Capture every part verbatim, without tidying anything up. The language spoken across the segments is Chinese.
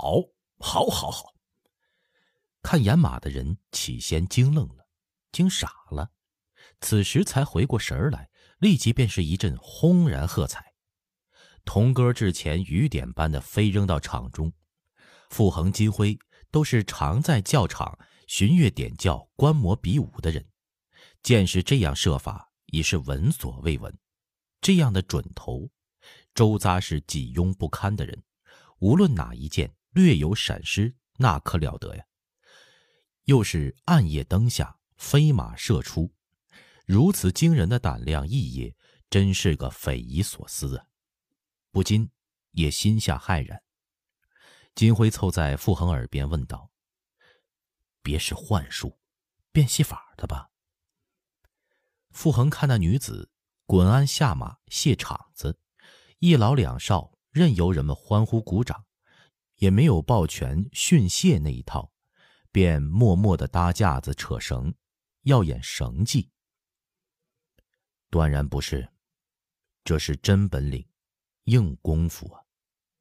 好，好，好，好。看演马的人起先惊愣了，惊傻了，此时才回过神来，立即便是一阵轰然喝彩。铜戈至前雨点般的飞扔到场中，傅恒、金辉都是常在教场巡乐点教、观摩比武的人，见是这样设法，已是闻所未闻。这样的准头，周匝是几庸不堪的人，无论哪一件略有闪失，那可了得呀！又是暗夜灯下飞马射出，如此惊人的胆量异业，真是个匪夷所思啊！不禁也心下骇然。金辉凑在傅恒耳边问道：“别是幻术，变戏法的吧？”傅恒看那女子滚鞍下马谢场子，一老两少任由人们欢呼鼓掌，也没有抱拳训谢那一套，便默默地搭架子扯绳，要演绳技。断然不是，这是真本领，硬功夫啊！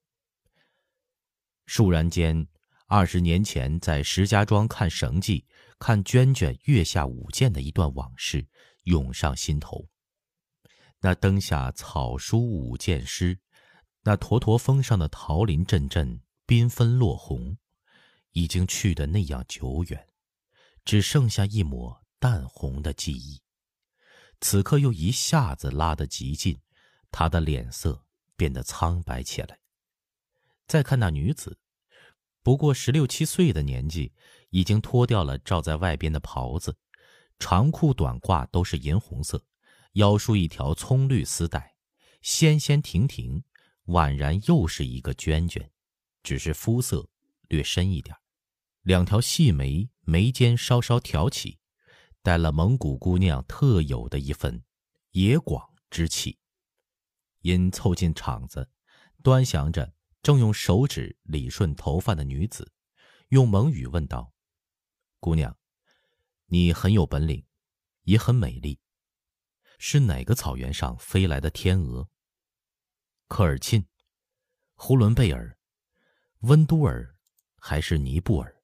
倏然间，二十年前在石家庄看绳技、看娟娟月下舞剑的一段往事涌上心头。那灯下草书舞剑诗，那驼驼峰上的桃林阵阵缤纷落红，已经去得那样久远，只剩下一抹淡红的记忆。此刻又一下子拉得极近，他的脸色变得苍白起来。再看那女子，不过十六七岁的年纪，已经脱掉了罩在外边的袍子，长裤短褂都是银红色，腰束一条葱绿丝带，纤纤婷婷，宛然又是一个娟娟，只是肤色略深一点，两条细眉眉间稍稍挑起，带了蒙古姑娘特有的一份野广之气。因凑近场子，端详着正用手指理顺头发的女子，用蒙语问道：“姑娘，你很有本领，也很美丽，是哪个草原上飞来的天鹅？科尔沁、呼伦贝尔、温都尔，还是尼泊尔？”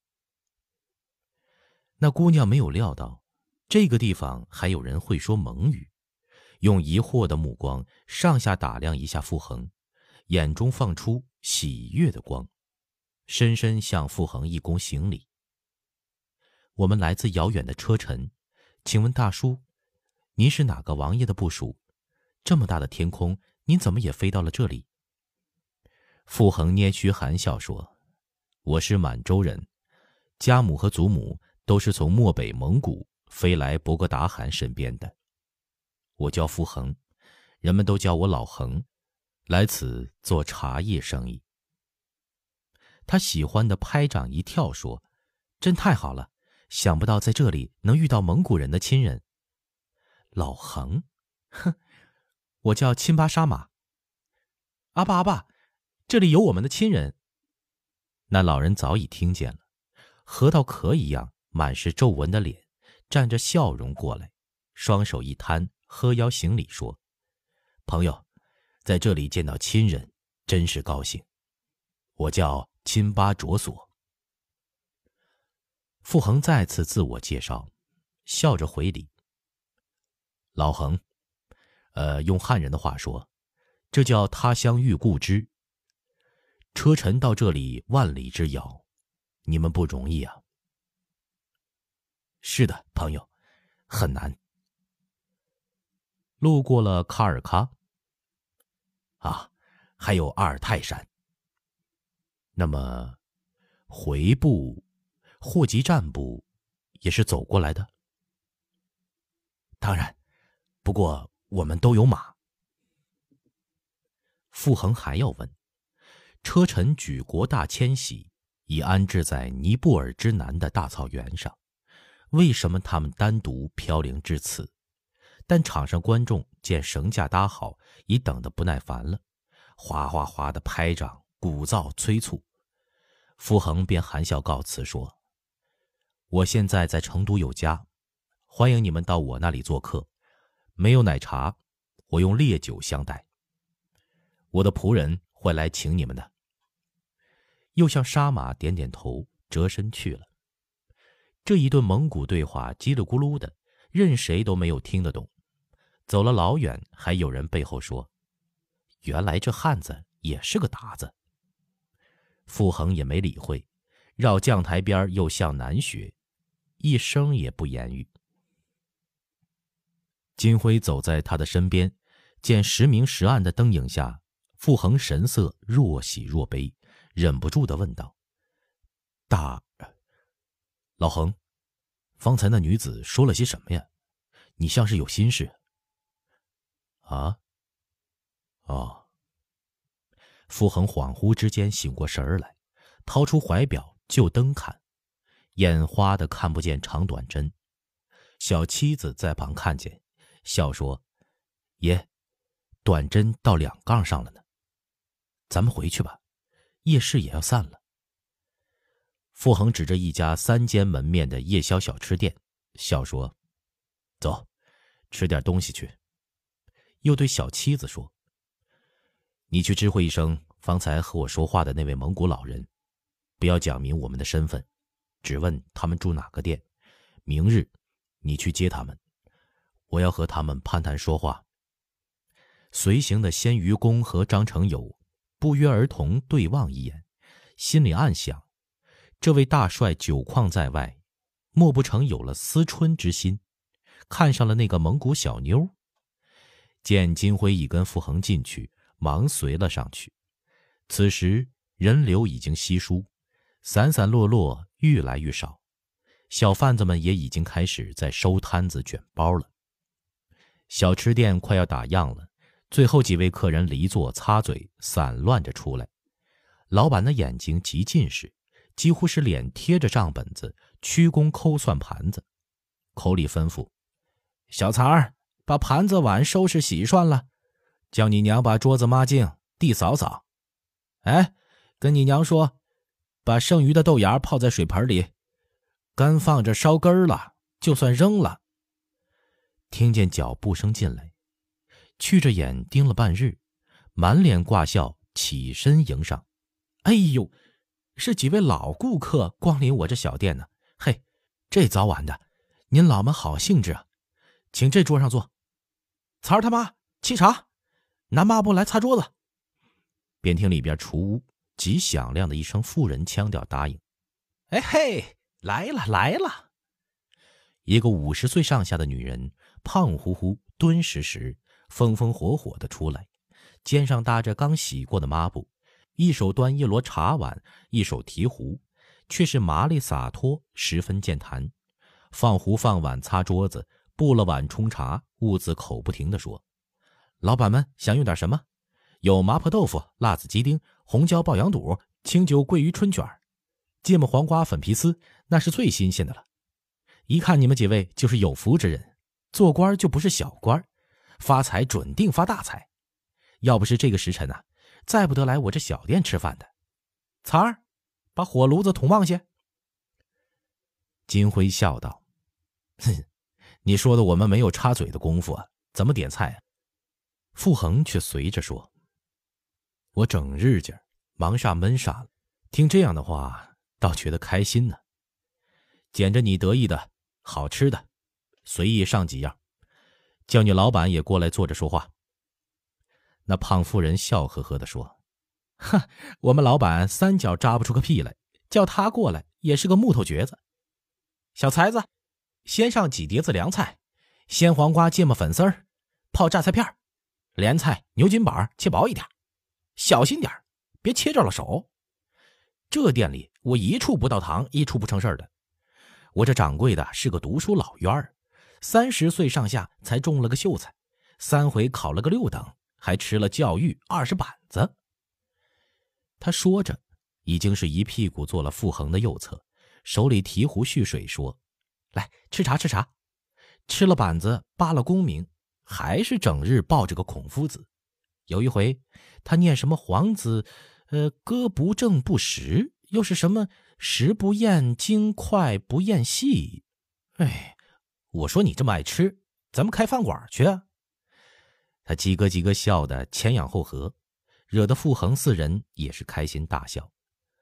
那姑娘没有料到这个地方还有人会说蒙语，用疑惑的目光上下打量一下傅恒，眼中放出喜悦的光，深深向傅恒一躬行礼：“我们来自遥远的车臣，请问大叔，您是哪个王爷的部属？这么大的天空，您怎么也飞到了这里？”傅恒捏须含笑说：“我是满洲人，家母和祖母都是从漠北蒙古飞来博格达汗身边的。我叫傅恒，人们都叫我老恒，来此做茶叶生意。”他喜欢的拍掌一跳说：“真太好了，想不到在这里能遇到蒙古人的亲人。”老恒，哼，我叫亲巴沙马。阿爸阿爸，这里有我们的亲人。那老人早已听见了，合到壳一样满是皱纹的脸，站着笑容过来，双手一摊，呵腰行礼说：“朋友，在这里见到亲人，真是高兴。我叫亲巴卓索。”傅恒再次自我介绍，笑着回礼：“老恒，呃，用汉人的话说，这叫他乡遇故知。车臣到这里万里之遥，你们不容易啊。”“是的，朋友，很难。”路过了卡尔喀，啊，还有阿尔泰山。那么，回部、霍集占部也是走过来的？当然，不过我们都有马。傅恒还要问，车臣举国大迁徙，已安置在尼泊尔之南的大草原上，为什么他们单独飘零至此？但场上观众见绳架搭好，已等得不耐烦了，哗哗哗的拍掌、鼓噪、催促。傅恒便含笑告辞说：“我现在在成都有家，欢迎你们到我那里做客。没有奶茶，我用烈酒相待。我的仆人会来请你们的。” 又向沙马点点头，折身去了。这一顿蒙古对话叽里咕噜的，任谁都没有听得懂。走了老远，还有人背后说：“原来这汉子也是个达子。”傅恒也没理会，绕将台边又向南学，一声也不言语。金辉走在他的身边，见时明时暗的灯影下，傅恒神色若喜若悲，忍不住地问道：“大老恒，方才那女子说了些什么呀？你像是有心事。”啊？哦。傅恒恍惚之间醒过神儿来，掏出怀表就灯看，眼花的看不见长短针。小妻子在旁看见，笑说：“爷，短针到两杠上了呢。咱们回去吧，夜市也要散了。”傅恒指着一家三间门面的夜宵小吃店，笑说：“走，吃点东西去。”又对小妻子说：“你去知会一声方才和我说话的那位蒙古老人，不要讲明我们的身份，只问他们住哪个店。明日你去接他们，我要和他们攀谈说话。”随行的鲜愚公和张承友不约而同对望一眼，心里暗想：这位大帅久旷在外，莫不成有了思春之心，看上了那个蒙古小妞？见金辉已跟傅恒进去，忙随了上去。此时人流已经稀疏，散散落落，愈来愈少，小贩子们也已经开始在收摊子卷包了。小吃店快要打烊了，最后几位客人离座擦嘴，散乱着出来。老板的眼睛极近视，几乎是脸贴着账本子，屈躬抠算盘子，口里吩咐：“小财儿，把盘子碗收拾洗涮了，叫你娘把桌子抹净，地扫扫。哎，跟你娘说，把剩余的豆芽泡在水盆里，干放着烧根了，就算扔了。”听见脚步声进来，去着眼盯了半日，满脸挂笑，起身迎上：“哎呦，是几位老顾客光临我这小店呢。嘿，这早晚的，您老们好兴致啊，请这桌上坐。财儿他妈，沏茶，拿抹布来擦桌子。”便听里边厨屋极响亮的一声妇人腔调答应：“哎嘿，来了来了。”一个五十岁上下的女人，胖乎乎敦实实，风风火火的出来，肩上搭着刚洗过的抹布，一手端一摞茶碗，一手提壶，却是麻利洒脱，十分健谈。放壶放碗擦桌子，布了碗冲茶，兀自口不停地说：“老板们想用点什么？有麻婆豆腐、辣子鸡丁、红椒爆羊肚、清酒桂鱼春卷，芥末黄瓜粉皮丝，那是最新鲜的了。一看你们几位就是有福之人，做官就不是小官，发财准定发大财。要不是这个时辰啊，再不得来我这小店吃饭的。财儿，把火炉子捅旺些。”金辉笑道：“哼，你说的我们没有插嘴的功夫啊，怎么点菜啊？”傅恒却随着说：“我整日家忙煞闷煞了，听这样的话倒觉得开心呢。捡着你得意的好吃的，随意上几样，叫你老板也过来坐着说话。”那胖妇人笑呵呵地说：“哈，我们老板三脚扎不出个屁来，叫他过来也是个木头橛子。小才子，先上几碟子凉菜，鲜黄瓜芥末粉丝儿，泡榨菜片，莲菜牛筋板切薄一点，小心点，别切着了手。这店里我一处不到糖，一处不成事的。我这掌柜的是个读书老冤儿，三十岁上下才中了个秀才，三回考了个六等，还吃了教育二十板子。”他说着，已经是一屁股坐了傅恒的右侧，手里提壶蓄水，说：“来，吃茶吃茶。”吃了板子，扒了功名，还是整日抱着个孔夫子。有一回，他念什么皇子，呃，歌不正不实，又是什么食不厌精，快不厌细。哎，我说你这么爱吃，咱们开饭馆去啊！他叽咯叽咯笑得前仰后合，惹得傅恒四人也是开心大笑。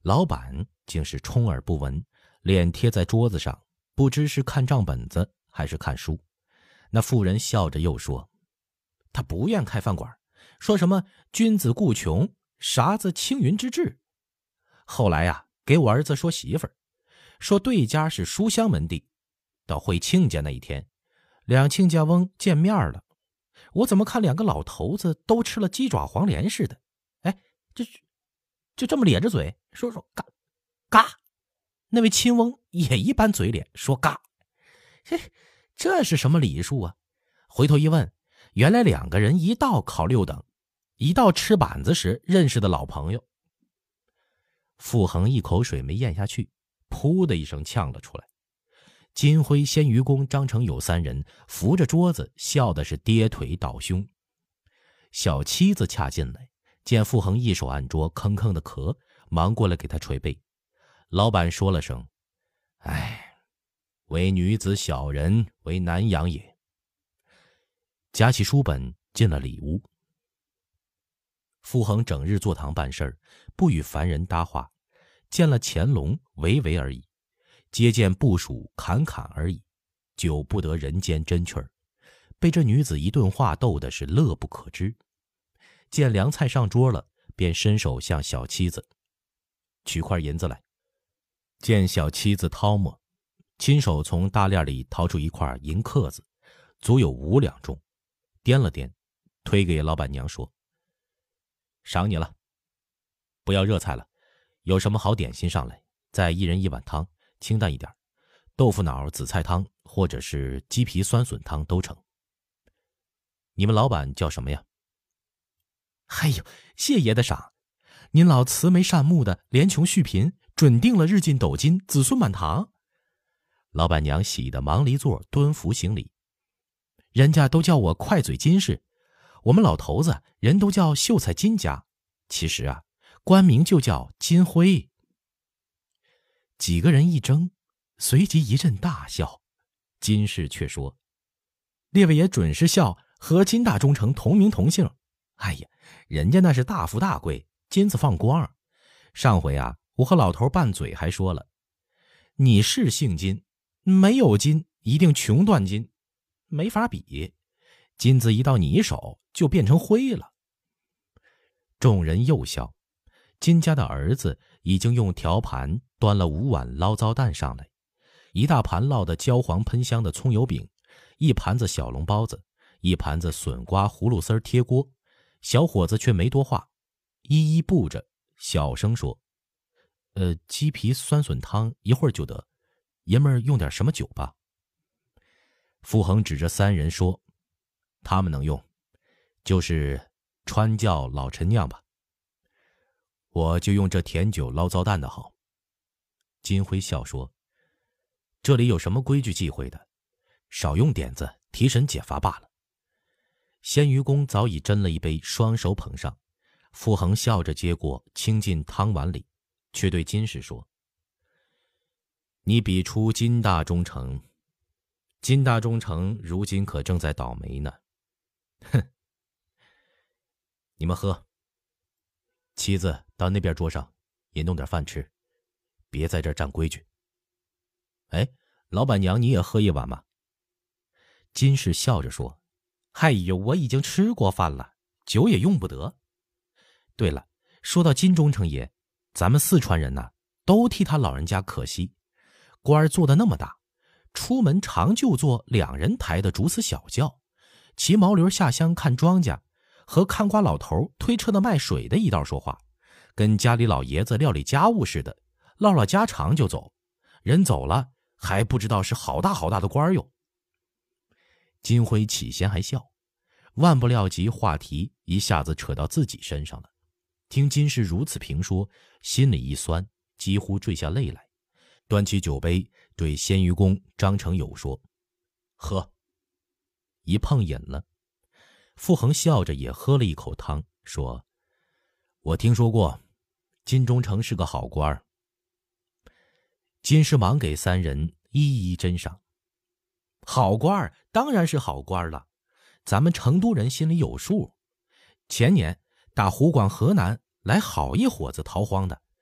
老板竟是充耳不闻，脸贴在桌子上，不知是看账本子还是看书。那妇人笑着又说，他不愿开饭馆，说什么君子固穷，啥子青云之志。后来呀、啊，给我儿子说媳妇儿，说对家是书香门第，到会亲家那一天，两亲家翁见面了，我怎么看两个老头子都吃了鸡爪黄连似的？哎，这就这么咧着嘴说说嘎嘎，那位亲翁也一般嘴脸说嘎，这这是什么礼数啊？回头一问，原来两个人一道考六等，一道吃板子时认识的老朋友。傅恒一口水没咽下去，噗的一声呛了出来。金辉、鲜愚公、张成友三人扶着桌子，笑的是跌腿倒胸。小妻子恰进来，见傅恒一手按桌，吭吭的咳，忙过来给他捶背。老板说了声：“哎，为女子小人，为难养也。”夹起书本进了里屋。傅恒整日坐堂办事，不与凡人搭话，见了乾隆唯唯而已，接见部属侃侃而已，久不得人间真趣儿，被这女子一顿话逗的是乐不可支。见凉菜上桌了，便伸手向小妻子取块银子来。见小妻子掏摸，亲手从大链里掏出一块银克子，足有五两重，掂了掂，推给老板娘说：“赏你了，不要热菜了，有什么好点心上来，再一人一碗汤，清淡一点，豆腐脑紫菜汤或者是鸡皮酸笋汤都成。你们老板叫什么呀？”“哎呦，谢爷的赏，您老慈眉善目的，怜穷恤贫，准定了日进斗金，子孙满堂。”老板娘喜得忙离座，蹲伏行礼。人家都叫我快嘴金氏，我们老头子人都叫秀才金家，其实啊，官名就叫金辉。几个人一争，随即一阵大笑。金氏却说：“列位也准是笑和金大忠诚同名同姓。哎呀，人家那是大富大贵，金子放光。上回啊，我和老头拌嘴还说了，你是姓金，没有金一定穷断金，没法比。金子一到你手就变成灰了。”众人又笑。金家的儿子已经用条盘端了五碗捞糟蛋上来，一大盘烙得焦黄喷香的葱油饼，一盘子小笼包子，一盘子笋瓜葫芦丝贴锅。小伙子却没多话，一一步着，小声说：“呃，鸡皮酸笋汤一会儿就得，爷们儿用点什么酒吧？”傅恒指着三人说：“他们能用，就是川教老陈酿吧。我就用这甜酒捞糟蛋的好。”金辉笑说：“这里有什么规矩忌讳的，少用点子，提神解乏罢了。”鲜愚公早已斟了一杯，双手捧上。傅恒笑着接过，倾进汤碗里，却对金氏说：“你比出金大忠诚，金大忠诚如今可正在倒霉呢。哼，你们喝。妻子到那边桌上也弄点饭吃，别在这儿占规矩。哎，老板娘你也喝一碗吧。”金氏笑着说：“哎呦，我已经吃过饭了，酒也用不得。对了，说到金忠诚爷，咱们四川人呐、啊，都替他老人家可惜。官儿做得那么大，出门常就坐两人抬的竹丝小轿，骑毛驴下乡看庄稼，和看瓜老头推车的卖水的一道说话，跟家里老爷子料理家务似的，唠唠家常就走。人走了，还不知道是好大好大的官哟。”金辉起先还笑，万不料及话题一下子扯到自己身上了。听金氏如此评说，心里一酸，几乎坠下泪来，端起酒杯对鲜愚公张成友说：“喝。”一碰饮了。傅恒笑着也喝了一口汤，说：“我听说过，金忠诚是个好官儿。”金氏忙给三人一一斟赏。好官儿当然是好官了，咱们成都人心里有数。前年打湖广河南来好一伙子逃荒的，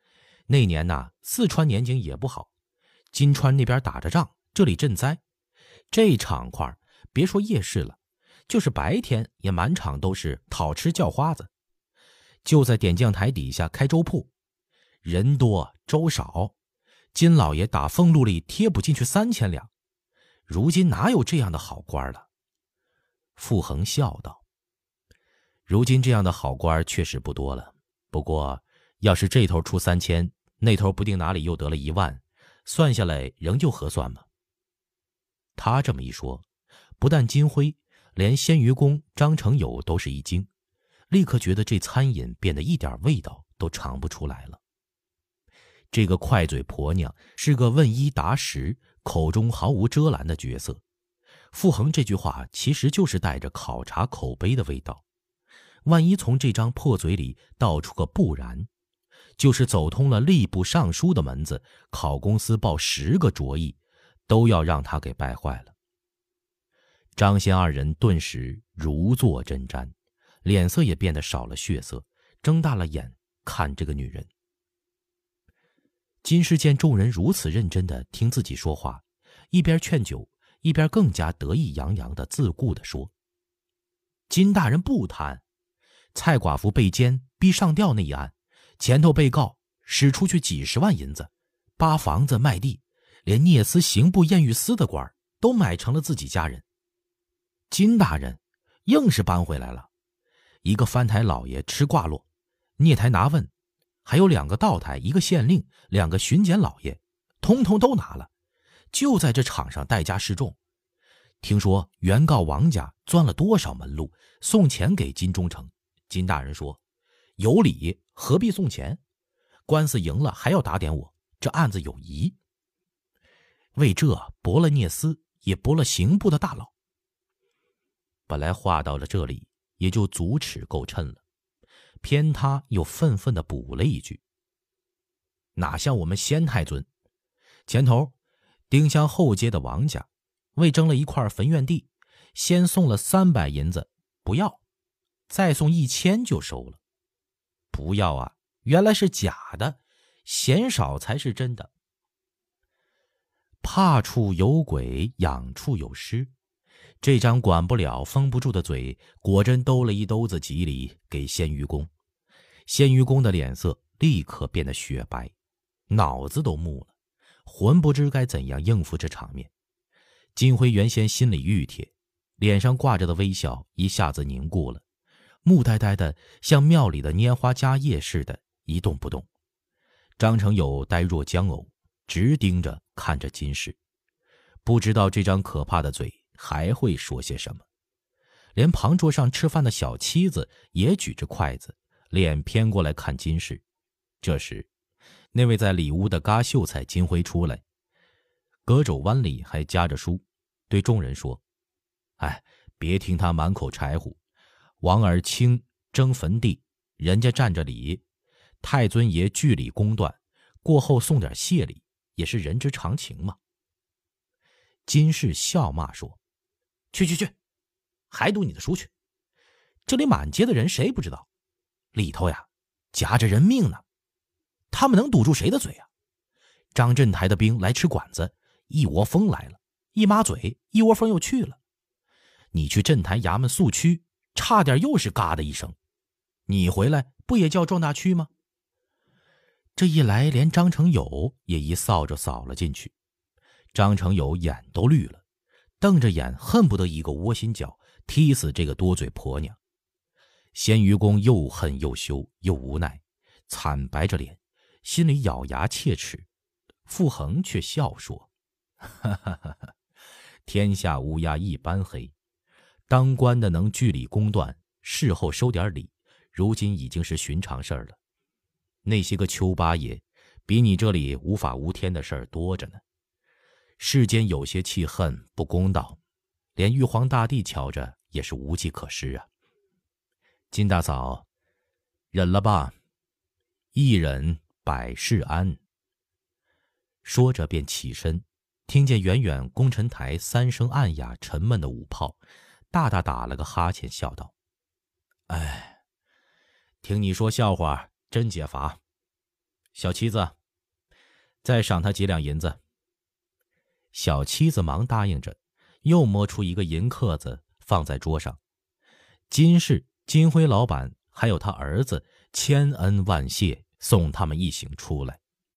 那年呐，四川年景也不好，金川那边打着仗，这里赈灾，这场块别说夜市了，就是白天也满场都是讨吃叫花子。就在点将台底下开粥铺，人多粥少，金老爷打俸禄里贴补进去三千两，如今哪有这样的好官了？傅恒笑道：如今这样的好官确实不多了，不过要是这头出三千，那头不定哪里又得了一万，算下来仍旧合算嘛。他这么一说，不但金辉，连鲜鱼公张成友都是一惊，立刻觉得这餐饮变得一点味道都尝不出来了。这个快嘴婆娘是个问一答十，口中毫无遮拦的角色。傅恒这句话其实就是带着考察口碑的味道，万一从这张破嘴里道出个不然，就是走通了吏部尚书的门子，考公司报十个着意，都要让他给败坏了。张先二人顿时如坐针毡，脸色也变得少了血色，睁大了眼看这个女人。金氏见众人如此认真地听自己说话，一边劝酒，一边更加得意洋洋地自顾地说：金大人不贪，蔡寡妇被奸逼上吊那一案，前头被告使出去几十万银子，扒房子卖地，连聂司刑部验狱司的官都买成了自己家人。金大人硬是搬回来了，一个翻台老爷吃挂落，聂台拿问，还有两个道台，一个县令，两个巡检老爷，通通都拿了，就在这场上代价示众。听说原告王家钻了多少门路，送钱给金忠诚，金大人说有理何必送钱，官司赢了还要打点我，这案子有疑。为这驳了聂司，也驳了刑部的大佬。本来话到了这里也就足齿够称了，偏他又愤愤地补了一句：哪像我们先太尊，前头丁香后街的王家为争了一块坟院地，先送了三百银子不要，再送一千就收了。不要啊，原来是假的，嫌少才是真的。怕处有鬼，痒处有尸，这张管不了封不住的嘴，果真兜了一兜子吉礼给鲜鱼公。鲜鱼公的脸色立刻变得雪白，脑子都木了，浑不知该怎样应付这场面。金辉原先心里郁帖，脸上挂着的微笑一下子凝固了，木呆呆的像庙里的拈花迦叶似的一动不动。张成友呆若僵偶，直盯着看着金氏，不知道这张可怕的嘴还会说些什么。连旁桌上吃饭的小妻子也举着筷子，脸偏过来看金氏。这时那位在里屋的嘎秀才金辉出来，胳肘弯里还夹着书，对众人说：哎，别听他满口柴胡，王尔清争坟地，人家占着理，太尊爷据理公断，过后送点谢礼，也是人之常情嘛。金氏笑骂说：去去去，还读你的书去，这里满街的人谁不知道，里头呀夹着人命呢，他们能堵住谁的嘴啊？张镇台的兵来吃馆子，一窝蜂来了，一抹嘴，一窝蜂又去了。你去镇台衙门诉屈，差点又是嘎的一声，你回来不也叫撞大区吗？这一来，连张成友也一扫帚扫了进去。张成友眼都绿了，瞪着眼恨不得一个窝心脚踢死这个多嘴婆娘。鲜鱼公又恨又羞又无奈，惨白着脸，心里咬牙切齿。傅恒却笑说：哈哈哈哈，天下乌鸦一般黑，当官的能据理公断，事后收点礼，如今已经是寻常事儿了。那些个丘八爷比你这里无法无天的事儿多着呢。世间有些气恨不公道，连玉皇大帝瞧着也是无计可施啊。金大嫂，忍了吧，一忍百事安。说着便起身，听见远远功臣台三声暗哑沉闷的午炮，大大打了个哈欠，笑道：哎，听你说笑话真解乏。小妻子， 再赏他几两银子。小妻子忙答应着，又摸出一个银克子放在桌上。金氏、金辉老板还有他儿子千恩万谢，送他们一行出来。